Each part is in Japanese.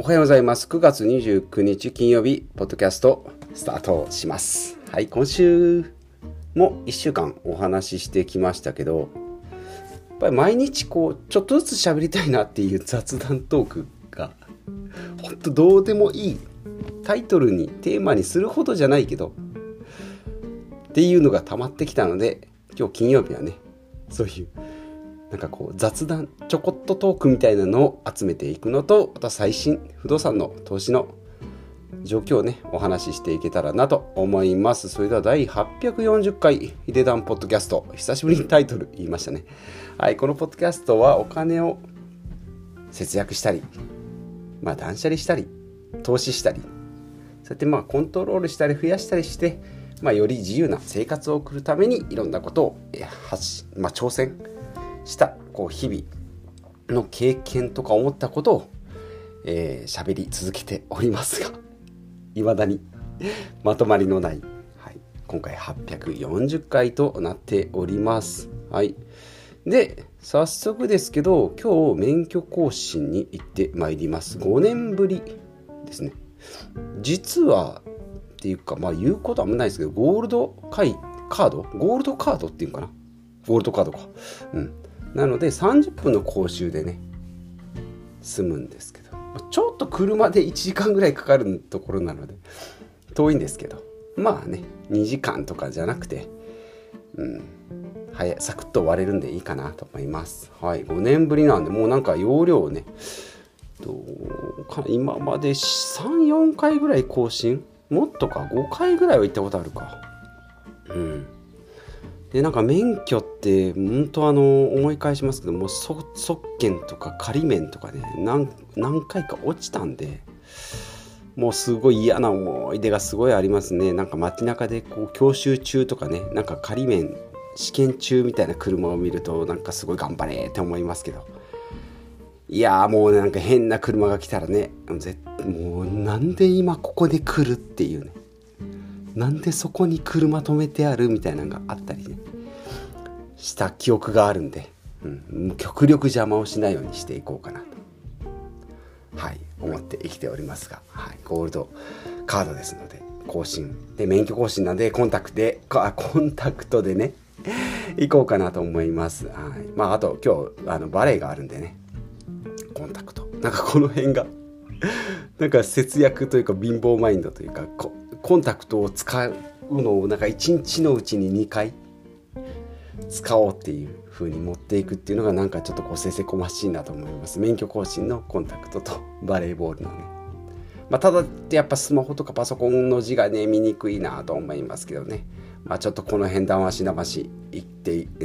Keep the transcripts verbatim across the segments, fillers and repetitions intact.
おはようございます。くがつにじゅうくにち金曜日、ポッドキャストスタートします。はい、今週もいっしゅうかんお話ししてきましたけど、やっぱり毎日こうちょっとずつ喋りたいなっていう雑談トークが本当どうでもいい、タイトルにテーマにするほどじゃないけどっていうのが溜まってきたので、今日金曜日はね、そういうなんかこう雑談ちょこっとトークみたいなのを集めていくのと、また最新不動産の投資の状況をねお話ししていけたらなと思います。それではだいはっぴゃくよんじゅっかいヒデダンポッドキャスト、久しぶりにタイトル言いましたね。はい、このポッドキャストはお金を節約したり、まあ断捨離したり投資したり、そうやってまあコントロールしたり増やしたりして、まあ、より自由な生活を送るためにいろんなことを発し、まあ、挑戦したこう日々の経験とか思ったことをえー、喋り続けておりますが、いまだにまとまりのない、はい、今回はっぴゃくよんじゅっかいとなっております。はい、で早速ですけど、今日免許更新に行ってまいります。ごねんぶりですね。実はっていうか、まあ言うことはあんまないですけど、ゴールドカイカードゴールドカードっていうかなゴールドカードか。うん。なのでさんじゅっぷんの講習でね、済むんですけど、ちょっと車でいちじかんぐらいかかるところなので遠いんですけど、まあね、にじかんとかじゃなくて、うん、早サクッと終われるんでいいかなと思います。はい、ごねんぶりなんで、もうなんか容量をね、どうか今までさん、よんかいぐらい更新、もっとかごかいぐらいは行ったことあるか。うんで、なんか免許って本当あの思い返しますけども、そ側検とか仮免とかね、何何回か落ちたんで、もうすごい嫌な思い出がすごいありますね。なんか街中でこう教習中とかね、なんか仮免試験中みたいな車を見ると、なんかすごい頑張れって思いますけど、いやーもうなんか変な車が来たらね、絶もうなんで今ここで来るっていうね、なんでそこに車止めてあるみたいなのがあったりねした記憶があるんで、うん、極力邪魔をしないようにしていこうかなと、はい、思って生きておりますが、はい、ゴールドカードですので更新で、免許更新なんでコンタクトであコンタクトでね行こうかなと思います。はい、まああと今日あのバレエがあるんでね、コンタクトなんかこの辺がなんか節約というか貧乏マインドというか、こコンタクトを使うのをなんかいちにちのうちににかい使おうっていう風に持っていくっていうのがなんかちょっとこうせせこましいなと思います。免許更新のコンタクトとバレーボールのね、まあ、ただってやっぱスマホとかパソコンの字がね見にくいなと思いますけどね、まあ、ちょっとこの辺談話しなまし言って、うん、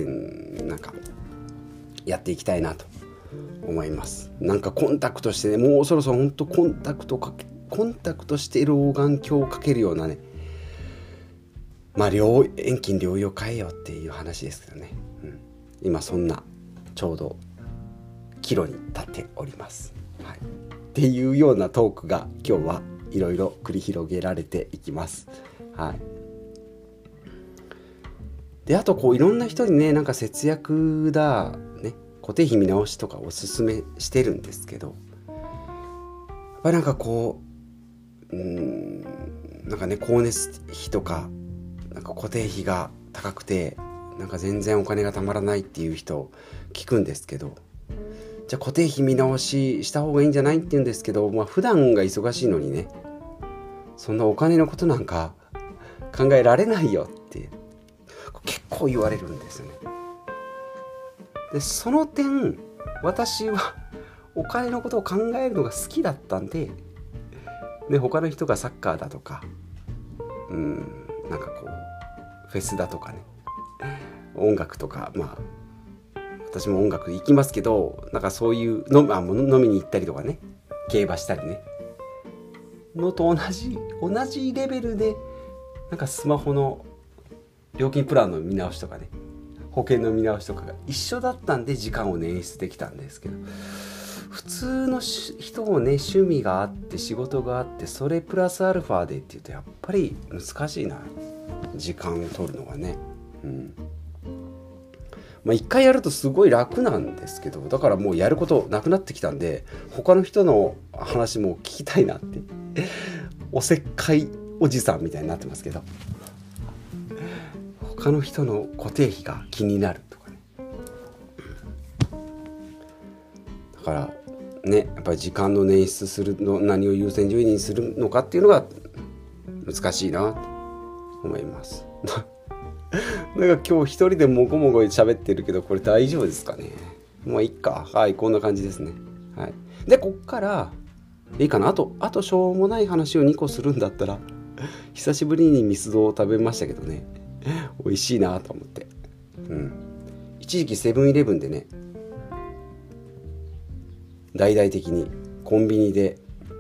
なんかやっていきたいなと思います。なんかコンタクトしてね、もうそろそろ本当コンタクトかけコンタクトして老眼鏡をかけるようなね、まあ両遠近両用変えようっていう話ですけどね、うん、今そんなちょうど岐路に立っております。はい、っていうようなトークが今日はいろいろ繰り広げられていきます。はい。で、あとこういろんな人にね、なんか節約だね、固定費見直しとかおすすめしてるんですけど、やっぱりなんかこううーんなんかね、光熱費とかなんか固定費が高くてなんか全然お金がたまらないっていう人聞くんですけど、じゃあ固定費見直しした方がいいんじゃないって言うんですけど、まあ普段が忙しいのにね、そんなお金のことなんか考えられないよって結構言われるんですよね。でその点私はお金のことを考えるのが好きだったんで、で他の人がサッカーだとか、うーんなんかこうフェスだとかね、音楽とか、まあ私も音楽行きますけど、なんかそういうのあ飲みに行ったりとかね、競馬したりねのと同じ同じレベルで、なんかスマホの料金プランの見直しとかね、保険の見直しとかが一緒だったんで時間を捻出できたんですけど、普通の人をね、趣味があって仕事があってそれプラスアルファでっていうとやっぱり難しいな、時間を取るのがね、うん、 まあ一回やるとすごい楽なんですけど、だからもうやることなくなってきたんで、他の人の話も聞きたいなっておせっかいおじさんみたいになってますけど、他の人の固定費が気になるとかね。だからね、やっぱり時間の捻出するの何を優先順位にするのかっていうのが難しいなと思いますなんか今日一人でもごもご喋ってるけど、これ大丈夫ですかね。もういいか。はい、こんな感じですね。はい。で、こっからいいかな。あとあとしょうもない話をにこするんだったら久しぶりにミスドを食べましたけどね、美味しいなと思って、うん、一時期セブンイレブンでね、大々的にコンビニで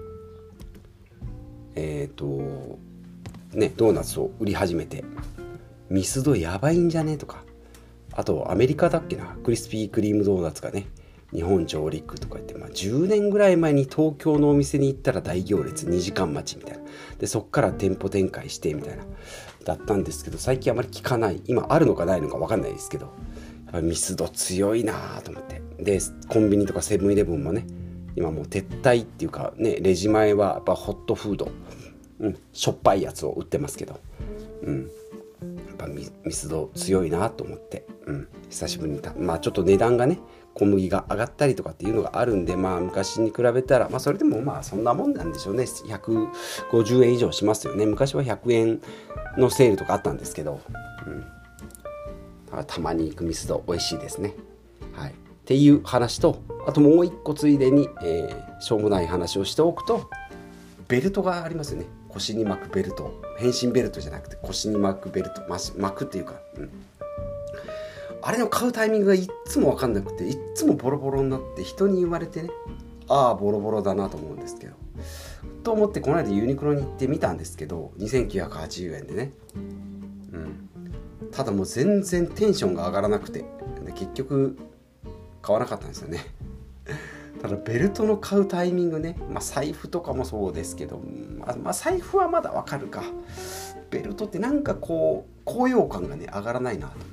えっとねドーナツを売り始めて、ミスドやばいんじゃねとか、あとアメリカだっけな、クリスピークリームドーナツがね日本上陸とか言って、まあ、じゅうねんぐらい前に東京のお店に行ったら大行列にじかん待ちみたいなで、そっから店舗展開してみたいなだったんですけど、最近あまり聞かない。今あるのかないのか分かんないですけど、やっぱりミスド強いなと思って。でコンビニとかセブンイレブンもね今もう撤退っていうかね、レジ前はやっぱホットフード、うん、しょっぱいやつを売ってますけど、うん、やっぱミスド強いなと思って、うん、久しぶりにたまあちょっと値段がね小麦が上がったりとかっていうのがあるんで、まあ昔に比べたらまあそれでもまあそんなもんなんでしょうね。ひゃくごじゅうえん以上しますよね。昔はひゃくえんのセールとかあったんですけど、うん、だからたまに行くミスド美味しいですね。はい、っていう話と、あともう一個ついでに、えー、しょうもない話をしておくと、ベルトがありますよね。腰に巻くベルト、変身ベルトじゃなくて腰に巻くベルト、巻くっていうか、うん、あれの買うタイミングがいっつも分かんなくて、いっつもボロボロになって人に言われてね、ああボロボロだなと思うんですけど、と思ってこの間ユニクロに行ってみたんですけど、にせんきゅうひゃくはちじゅうえんでね、うん、ただもう全然テンションが上がらなくて、で結局買わなかったんですよね。ただベルトの買うタイミングね、まあ、財布とかもそうですけど、まあ、まあ財布はまだわかるか、ベルトってなんかこう高揚感がね上がらないなと思って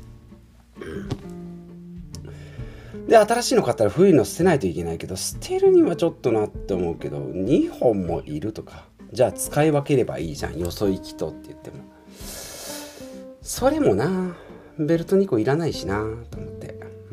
、で新しいの買ったら古いの捨てないといけないけど、捨てるにはちょっとなって思うけど、にほんもいるとか、じゃあ使い分ければいいじゃん、よそ行きとって言っても、それもな、ベルトにこいらないしなと思って、うん、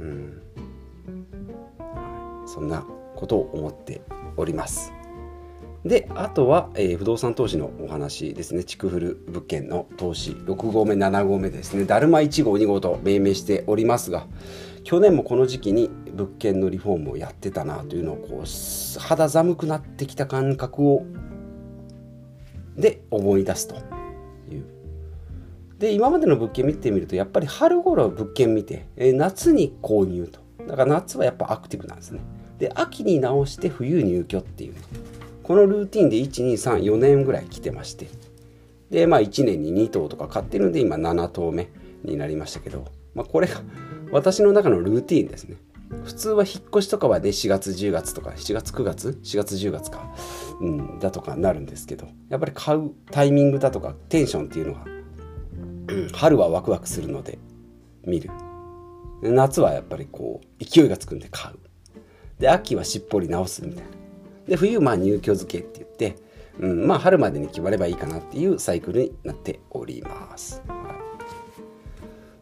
そんなことを思っております。であとは、えー、不動産投資のお話ですね。築古物件の投資ろくごうめななごうめですね。だるまいちごうにごうと命名しておりますが、去年もこの時期に物件のリフォームをやってたなというのをこう肌寒くなってきた感覚をで思い出すという。で今までの物件見てみると、やっぱり春頃物件見て、えー、夏に購入と、だから夏はやっぱアクティブなんですね。で秋に直して冬入居っていう、ね、このルーティンでいち、に、さん、よねんぐらい来てまして、でまあいちねんににとうとか買ってるんで今ななとうめになりましたけど、まあ、これが私の中のルーティンですね。普通は引っ越しとかはねしがつじゅうがつとかしちがつくがつしがつじゅうがつか、うん、だとかなるんですけど、やっぱり買うタイミングだとかテンションっていうのが、うん、春はワクワクするので見る、夏はやっぱりこう勢いがつくんで買う、で秋はしっぽり直すみたいな、で冬まあ入居付けって言って、うん、まあ春までに決まればいいかなっていうサイクルになっております。はい、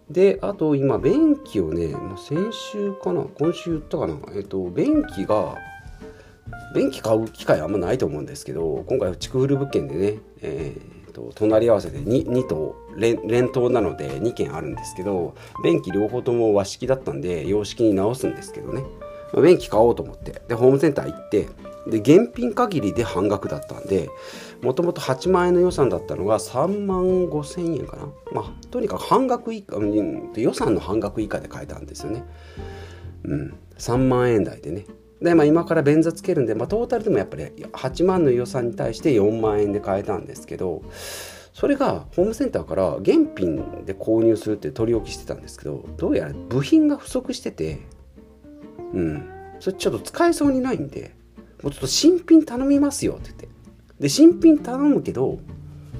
であと今便器をね、まあ、先週かな今週言ったかな、えっと便器が便器買う機会あんまないと思うんですけど、今回築古物件でね、えー、と隣り合わせで 2, 2棟連連棟なのでにけんあるんですけど、便器両方とも和式だったんで洋式に直すんですけどね、まあ、便器買おうと思ってでホームセンター行って、で現品限りで半額だったんで、もともとはちまんえんの予算だったのがさんまんごせんえんかな、まあとにかく半額以下、うん、予算の半額以下で買えたんですよね。うん、さんまんえん台でね。で、まあ、今から便座つけるんで、まあ、トータルでもやっぱりはちまんの予算に対してよんまんえんで買えたんですけど、それがホームセンターから現品で購入するって取り置きしてたんですけど、どうやら部品が不足してて、うん、それちょっと使えそうにないんで、もうちょっと新品頼みますよって言って、で新品頼むけど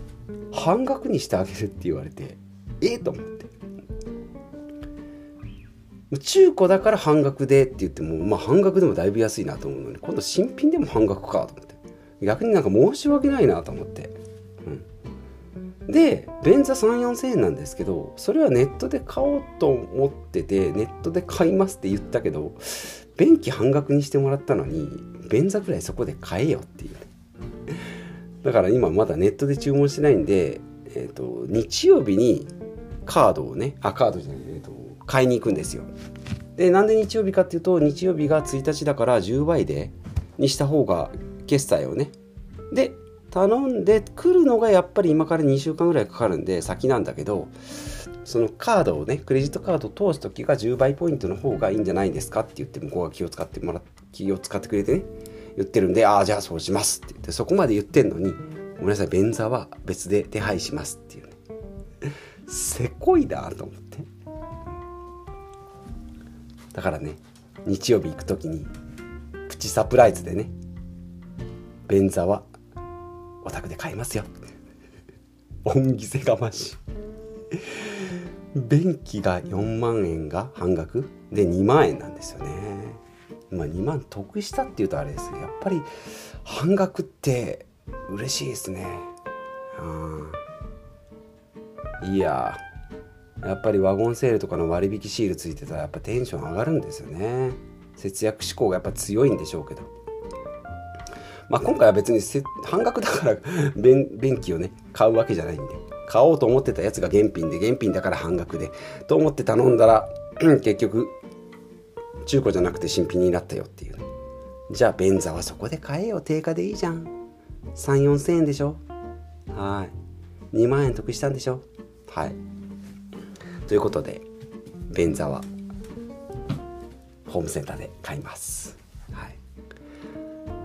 半額にしてあげるって言われて、ええと思って、 中古だから半額でって言っても、まあ半額でもだいぶ安いなと思うのに、今度新品でも半額かと思って、逆になんか申し訳ないなと思って、うん、で便座さん、よんせんえんなんですけど、それはネットで買おうと思ってて、ネットで買いますって言ったけど、便器半額にしてもらったのに便座ぐらいそこで買えよっていう。だから今まだネットで注文してないんで、えーと、日曜日にカードをね、あ、カードじゃない、えーと、買いに行くんですよ。で、なんで日曜日かっていうと、日曜日がついたちだからじゅうばいでにした方が決済をね、で頼んでくるのがやっぱり今からにしゅうかんぐらいかかるんで先なんだけど、そのカードをね、クレジットカードを通すときがじゅうばいポイントの方がいいんじゃないですかって言って、向こうが気を使ってもら気を使ってくれてね、言ってるんで、ああじゃあそうしますって言って、そこまで言ってんのに、ごめんなさい、便座は別で手配しますっていうね、せこいなと思って。だからね、日曜日行くときにプチサプライズでね、便座はお宅で買いますよ。恩着せがましい。便器がよんまんえんが半額でにまんえんなんですよね。まあにまん得したっていうとあれですけど、やっぱり半額って嬉しいですね。うん、いややっぱりワゴンセールとかの割引シールついてたらやっぱテンション上がるんですよね。節約志向がやっぱ強いんでしょうけど、まあ今回は別に半額だから便, 便器をね買うわけじゃないんで、買おうと思ってたやつが現品で、現品だから半額でと思って頼んだら結局中古じゃなくて新品になったよっていう、ね、じゃあ便座はそこで買えよ、定価でいいじゃん、さん、よんせんえんでしょ、はいにまんえん得したんでしょ、はい、ということで便座はホームセンターで買います。はい、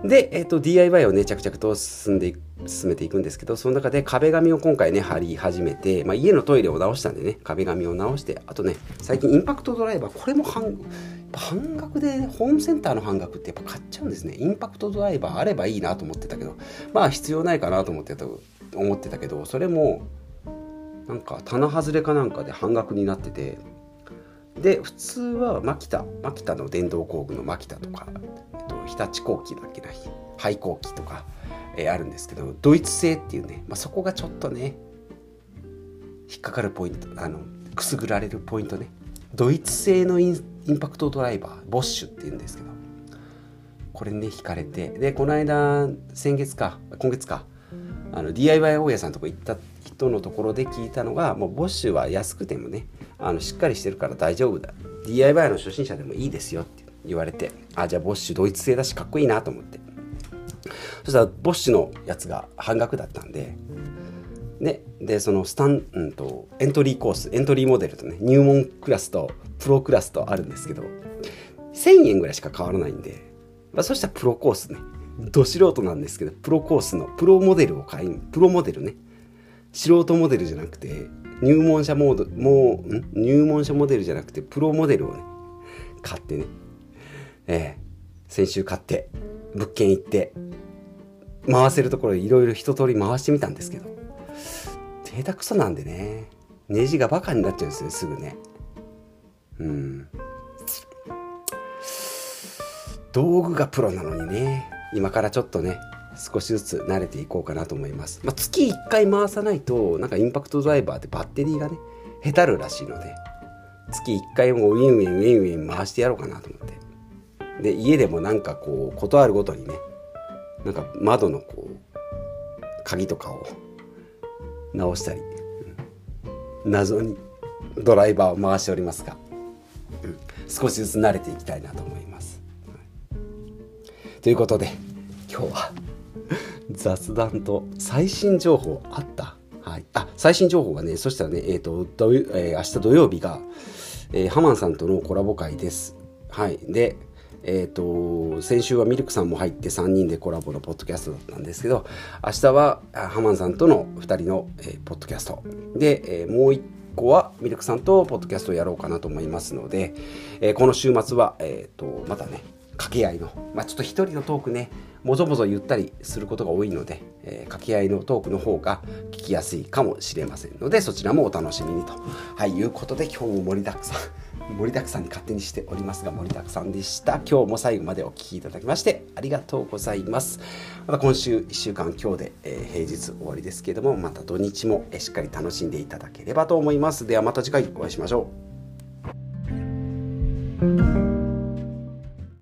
で、えーと、ディーアイワイ をね着々と進んでいく進めていくんですけど、その中で壁紙を今回ね貼り始めて、まあ、家のトイレを直したんでね、壁紙を直して、あとね最近インパクトドライバー、これも半半額で、ホームセンターの半額ってやっぱ買っちゃうんですね。インパクトドライバーあればいいなと思ってたけど、まあ必要ないかなと思ってた思ってたけど、それもなんか棚外れかなんかで半額になってて、で普通はマキタマキタの電動工具のマキタとか、えっと、日立工機だっけな、廃工機とか、えー、あるんですけど、ドイツ製っていうね、まあ、そこがちょっとね引っかかるポイント、あのくすぐられるポイントね。ドイツ製のイン、インパクトドライバー、ボッシュっていうんですけど、これにね惹かれて、でこの間先月か今月かあの ディーアイワイ 大家さんのとこ行った人のところで聞いたのが、もうボッシュは安くてもね、あのしっかりしてるから大丈夫だ、 ディーアイワイ の初心者でもいいですよって言われて、あ、じゃあボッシュドイツ製だしかっこいいなと思って、そしたらボッシュのやつが半額だったんで、で, でそのスタン、うんと、エントリーコース、エントリーモデルとね、入門クラスとプロクラスとあるんですけど、せんえんぐらいしか変わらないんで、まあ、そしたらプロコースね、ど素人なんですけど、プロコースのプロモデルを買い、プロモデルね、素人モデルじゃなくて入門者モード、もうん入門者モデルじゃなくてプロモデルをね買ってね、えー、先週買って物件行って回せるところいろいろ一通り回してみたんですけど、手だくそなんでね、ネジがバカになっちゃうんですよ、すぐね。うん道具がプロなのにね、今からちょっとね少しずつ慣れていこうかなと思います。まあ、月いっかい回さないとなんかインパクトドライバーってバッテリーがねへたるらしいので、月いっかいもウィンウィンウィンウィン回してやろうかなと思って、で家でもなんかこうことあるごとにね、なんか窓のこう鍵とかを直したり、うん、謎にドライバーを回しておりますが、うん、少しずつ慣れていきたいなと思います、はい、ということで今日は雑談と最新情報あった、はい、あ最新情報がね、そしたらね、えーと土曜えー、明日土曜日が、えー、ハマンさんとのコラボ会です。はい、でえーと先週はミルクさんも入ってさんにんでコラボのポッドキャストだったんですけど、明日はハマンさんとのふたりの、えー、ポッドキャストで、えー、もういっこはミルクさんとポッドキャストをやろうかなと思いますので、えー、この週末は、えーとまたね掛け合いの、まあ、ちょっと一人のトークねもぞもぞ言ったりすることが多いので、えー、掛け合いのトークの方が聞きやすいかもしれませんので、そちらもお楽しみにと、はい、いうことで今日も盛りだくさん盛りだくさんに勝手にしておりますが、盛りだくさんでした。今日も最後までお聞きいただきましてありがとうございます。また今週いっしゅうかん今日で、えー、平日終わりですけれども、また土日も、えー、しっかり楽しんでいただければと思います。ではまた次回お会いしましょう。